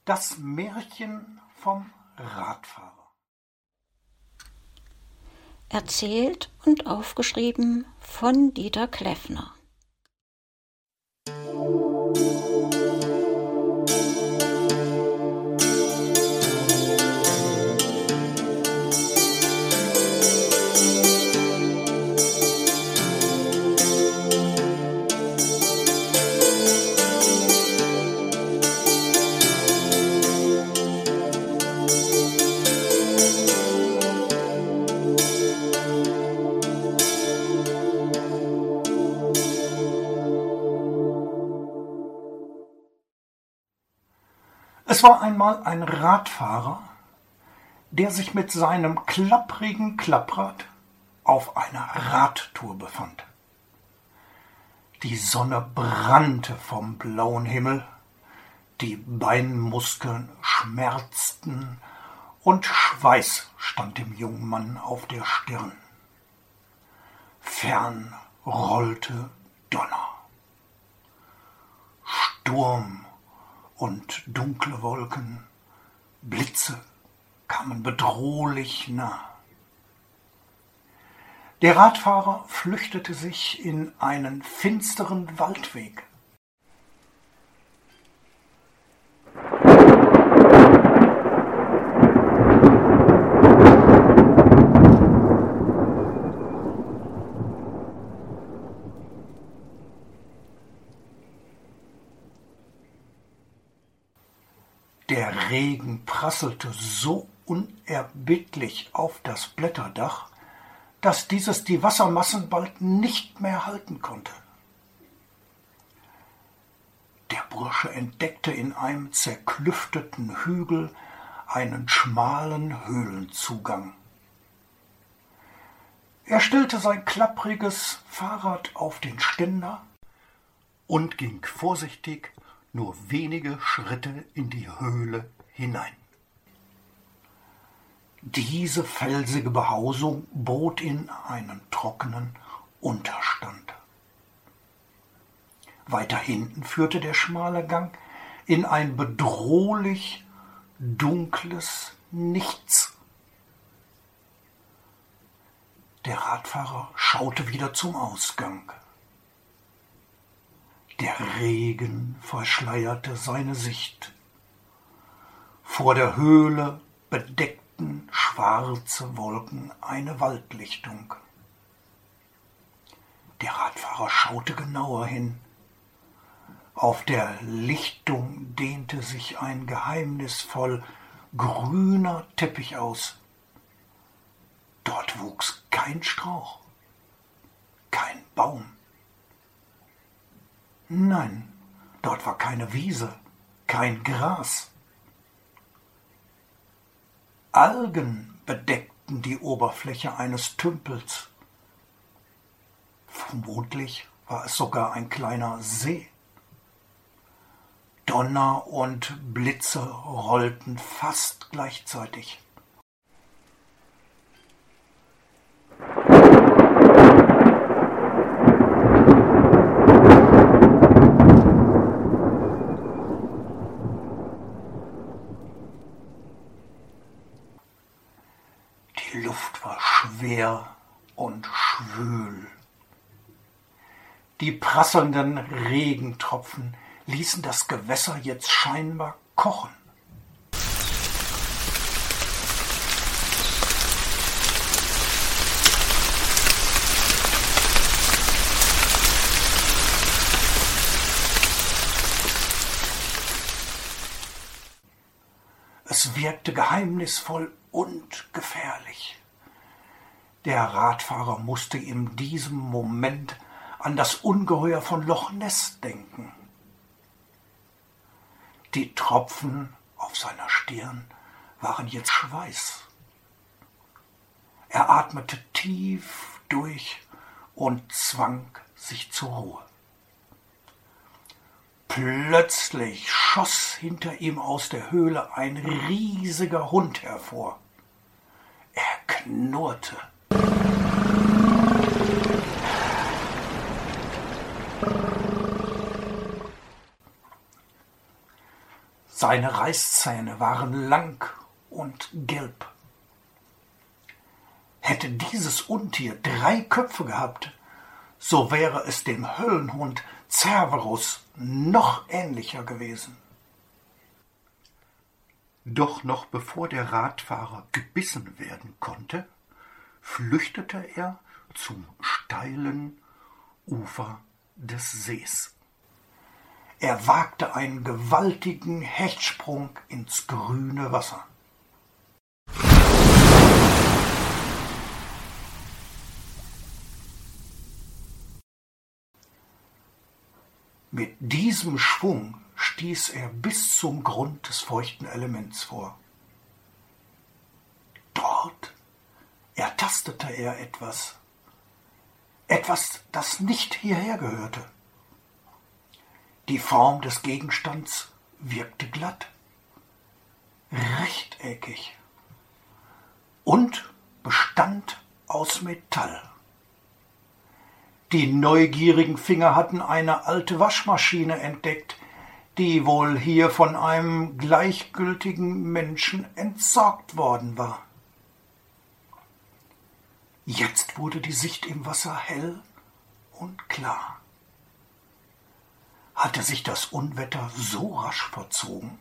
Das Märchen vom Radfahrer. Erzählt und aufgeschrieben von Dieter Kleffner. Es war einmal ein Radfahrer, der sich mit seinem klapprigen Klapprad auf einer Radtour befand. Die Sonne brannte vom blauen Himmel, die Beinmuskeln schmerzten und Schweiß stand dem jungen Mann auf der Stirn. Fern rollte Donner. Sturm und dunkle Wolken, Blitze kamen bedrohlich nah. Der Radfahrer flüchtete sich in einen finsteren Waldweg. Der Regen prasselte so unerbittlich auf das Blätterdach, dass dieses die Wassermassen bald nicht mehr halten konnte. Der Bursche entdeckte in einem zerklüfteten Hügel einen schmalen Höhlenzugang. Er stellte sein klappriges Fahrrad auf den Ständer und ging vorsichtig nur wenige Schritte in die Höhle hinein. Diese felsige Behausung bot ihm einen trockenen Unterstand. Weiter hinten führte der schmale Gang in ein bedrohlich dunkles Nichts. Der Radfahrer schaute wieder zum Ausgang. Der Regen verschleierte seine Sicht. Vor der Höhle bedeckten schwarze Wolken eine Waldlichtung. Der Radfahrer schaute genauer hin. Auf der Lichtung dehnte sich ein geheimnisvoll grüner Teppich aus. Dort wuchs kein Strauch, kein Baum. Nein, dort war keine Wiese, kein Gras. Algen bedeckten die Oberfläche eines Tümpels. Vermutlich war es sogar ein kleiner See. Donner und Blitze rollten fast gleichzeitig. Die Luft war schwer und schwül. Die prasselnden Regentropfen ließen das Gewässer jetzt scheinbar kochen. Es wirkte geheimnisvoll und gefährlich. Der Radfahrer musste in diesem Moment an das Ungeheuer von Loch Ness denken. Die Tropfen auf seiner Stirn waren jetzt Schweiß. Er atmete tief durch und zwang sich zur Ruhe. Plötzlich schoss hinter ihm aus der Höhle ein riesiger Hund hervor. Er knurrte. Seine Reißzähne waren lang und gelb. Hätte dieses Untier 3 Köpfe gehabt, so wäre es dem Höllenhund Cerberus noch ähnlicher gewesen. Doch noch bevor der Radfahrer gebissen werden konnte, flüchtete er zum steilen Ufer des Sees. Er wagte einen gewaltigen Hechtsprung ins grüne Wasser. Mit diesem Schwung stieß er bis zum Grund des feuchten Elements vor. Dort ertastete er etwas, das nicht hierher gehörte. Die Form des Gegenstands wirkte glatt, rechteckig und bestand aus Metall. Die neugierigen Finger hatten eine alte Waschmaschine entdeckt, die wohl hier von einem gleichgültigen Menschen entsorgt worden war. Jetzt wurde die Sicht im Wasser hell und klar. Hatte sich das Unwetter so rasch verzogen?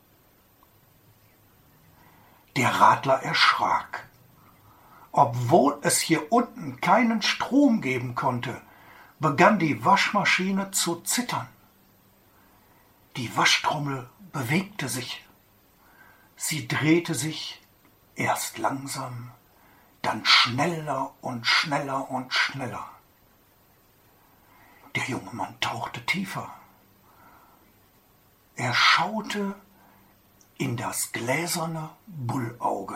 Der Radler erschrak. Obwohl es hier unten keinen Strom geben konnte, begann die Waschmaschine zu zittern. Die Waschtrommel bewegte sich. Sie drehte sich, erst langsam, dann schneller und schneller und schneller. Der junge Mann tauchte tiefer. Er schaute in das gläserne Bullauge.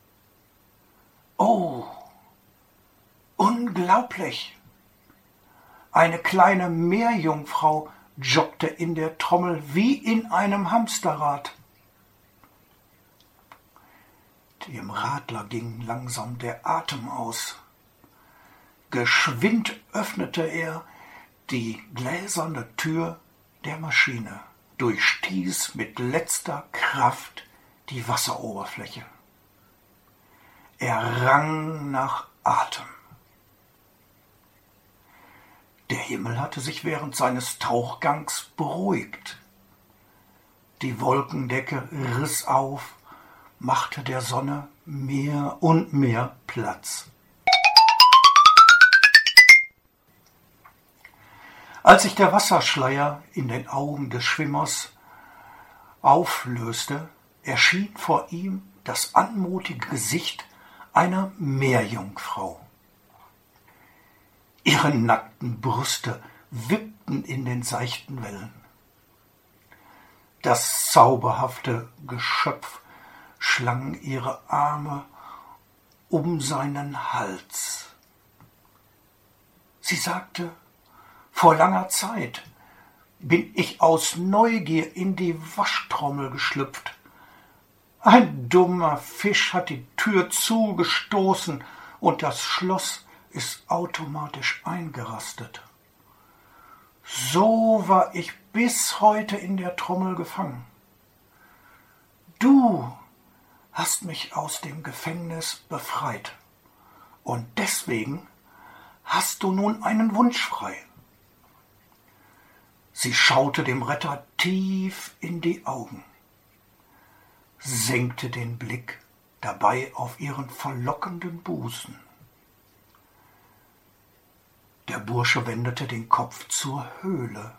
Oh, unglaublich! Eine kleine Meerjungfrau joggte in der Trommel wie in einem Hamsterrad. Dem Radler ging langsam der Atem aus. Geschwind öffnete er die gläserne Tür der Maschine, durchstieß mit letzter Kraft die Wasseroberfläche. Er rang nach Atem. Der Himmel hatte sich während seines Tauchgangs beruhigt. Die Wolkendecke riss auf, machte der Sonne mehr und mehr Platz. Als sich der Wasserschleier in den Augen des Schwimmers auflöste, erschien vor ihm das anmutige Gesicht einer Meerjungfrau. Ihre nackten Brüste wippten in den seichten Wellen. Das zauberhafte Geschöpf schlang ihre Arme um seinen Hals. Sie sagte: Vor langer Zeit bin ich aus Neugier in die Waschtrommel geschlüpft. Ein dummer Fisch hat die Tür zugestoßen und das Schloss ist automatisch eingerastet. So war ich bis heute in der Trommel gefangen. Du hast mich aus dem Gefängnis befreit und deswegen hast du nun einen Wunsch frei. Sie schaute dem Retter tief in die Augen, senkte den Blick dabei auf ihren verlockenden Busen. Der Bursche wendete den Kopf zur Höhle,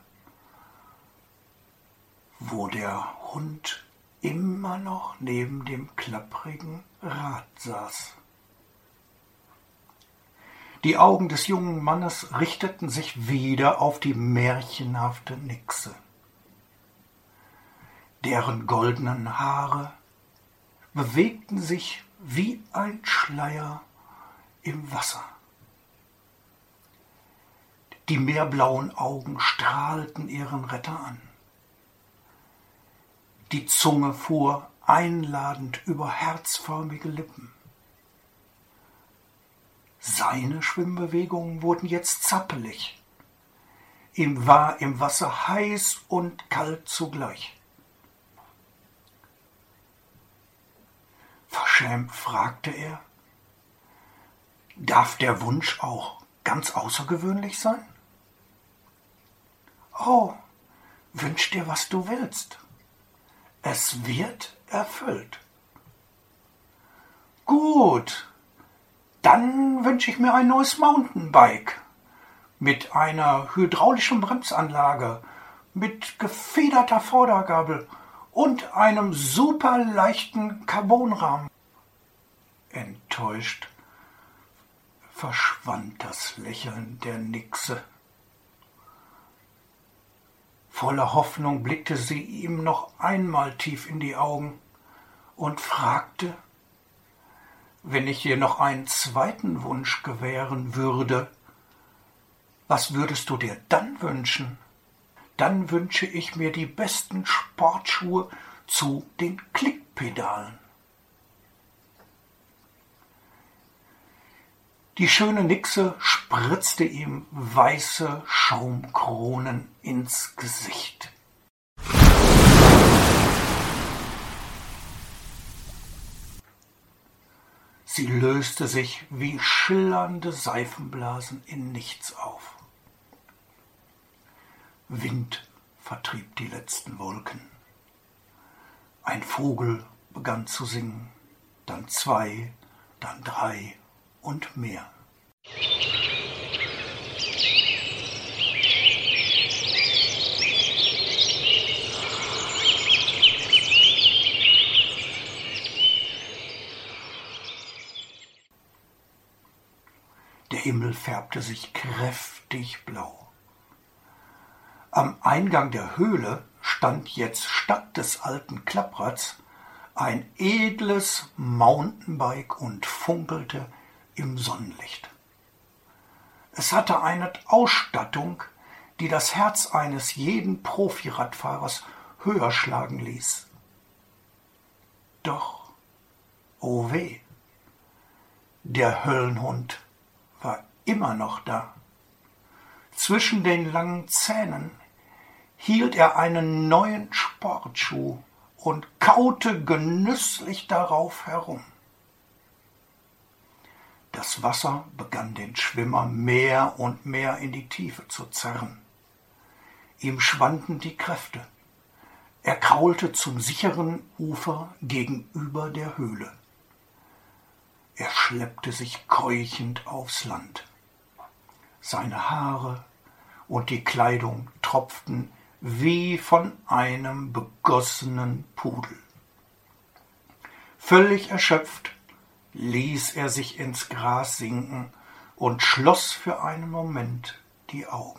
wo der Hund immer noch neben dem klapprigen Rad saß. Die Augen des jungen Mannes richteten sich wieder auf die märchenhafte Nixe. Deren goldenen Haare bewegten sich wie ein Schleier im Wasser. Die meerblauen Augen strahlten ihren Retter an. Die Zunge fuhr einladend über herzförmige Lippen. Seine Schwimmbewegungen wurden jetzt zappelig. Ihm war im Wasser heiß und kalt zugleich. Verschämt fragte er. Darf der Wunsch auch ganz außergewöhnlich sein? Oh, wünsch dir, was du willst. Es wird erfüllt. Gut, dann wünsche ich mir ein neues Mountainbike mit einer hydraulischen Bremsanlage, mit gefederter Vordergabel und einem super leichten Carbonrahmen. Enttäuscht verschwand das Lächeln der Nixe. Voller Hoffnung blickte sie ihm noch einmal tief in die Augen und fragte, wenn ich dir noch einen zweiten Wunsch gewähren würde, was würdest du dir dann wünschen? Dann wünsche ich mir die besten Sportschuhe zu den Klickpedalen. Die schöne Nixe spritzte ihm weiße Schaumkronen ins Gesicht. Sie löste sich wie schillernde Seifenblasen in nichts auf. Wind vertrieb die letzten Wolken. Ein Vogel begann zu singen, dann 2, dann 3 und mehr. Der Himmel färbte sich kräftig blau. Am Eingang der Höhle stand jetzt statt des alten Klapprads ein edles Mountainbike und funkelte im Sonnenlicht. Es hatte eine Ausstattung, die das Herz eines jeden Profiradfahrers höher schlagen ließ. Doch, oh weh, der Höllenhund war immer noch da. Zwischen den langen Zähnen hielt er einen neuen Sportschuh und kaute genüsslich darauf herum. Das Wasser begann den Schwimmer mehr und mehr in die Tiefe zu zerren. Ihm schwanden die Kräfte. Er kraulte zum sicheren Ufer gegenüber der Höhle. Er schleppte sich keuchend aufs Land. Seine Haare und die Kleidung tropften wie von einem begossenen Pudel. Völlig erschöpft ließ er sich ins Gras sinken und schloss für einen Moment die Augen.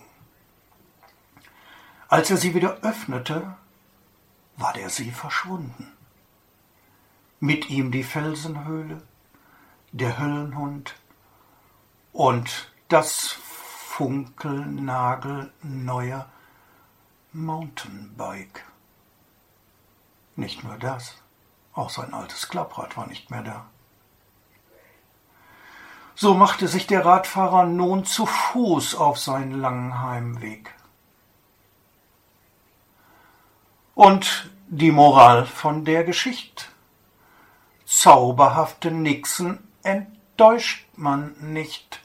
Als er sie wieder öffnete, war der See verschwunden. Mit ihm die Felsenhöhle, der Höllenhund und das funkelnagelneue Mountainbike. Nicht nur das, auch sein altes Klapprad war nicht mehr da. So machte sich der Radfahrer nun zu Fuß auf seinen langen Heimweg. Und die Moral von der Geschichte: Zauberhafte Nixen enttäuscht man nicht.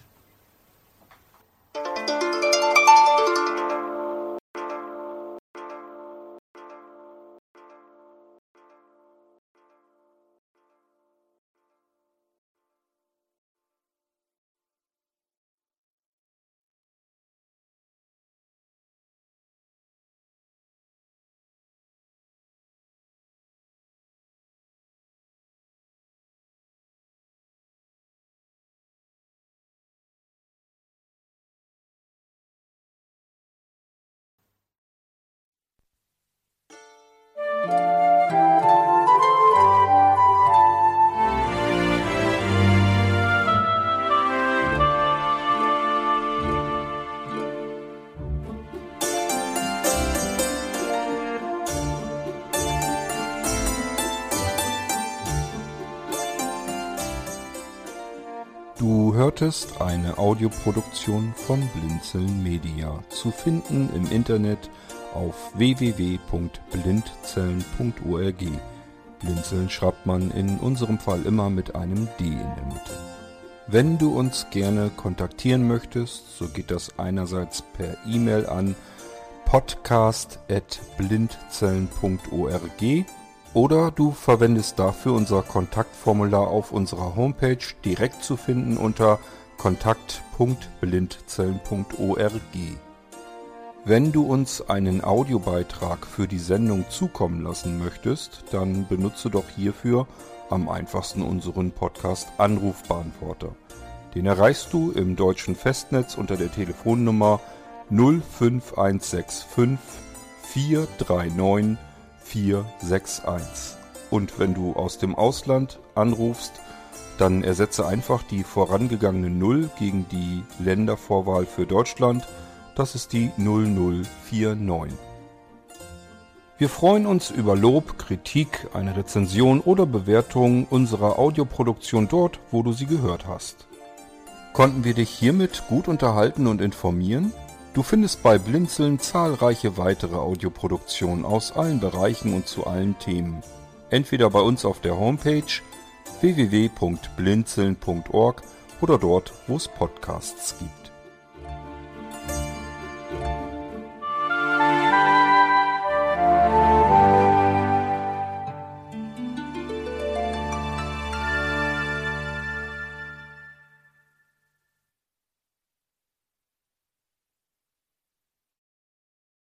Du hörtest eine Audioproduktion von Blinzeln Media, zu finden im Internet auf www.blindzellen.org. Blinzeln schreibt man in unserem Fall immer mit einem D in der Mitte. Wenn du uns gerne kontaktieren möchtest, so geht das einerseits per E-Mail an podcast@blindzellen.org oder du verwendest dafür unser Kontaktformular auf unserer Homepage, direkt zu finden unter kontakt.blindzellen.org. Wenn du uns einen Audiobeitrag für die Sendung zukommen lassen möchtest, dann benutze doch hierfür am einfachsten unseren Podcast Anrufbeantworter. Den erreichst du im deutschen Festnetz unter der Telefonnummer 05165 439 461. Und wenn du aus dem Ausland anrufst, dann ersetze einfach die vorangegangene 0 gegen die Ländervorwahl für Deutschland. Das ist die 0049. Wir freuen uns über Lob, Kritik, eine Rezension oder Bewertung unserer Audioproduktion dort, wo du sie gehört hast. Konnten wir dich hiermit gut unterhalten und informieren? Du findest bei Blinzeln zahlreiche weitere Audioproduktionen aus allen Bereichen und zu allen Themen. Entweder bei uns auf der Homepage www.blinzeln.org oder dort, wo es Podcasts gibt.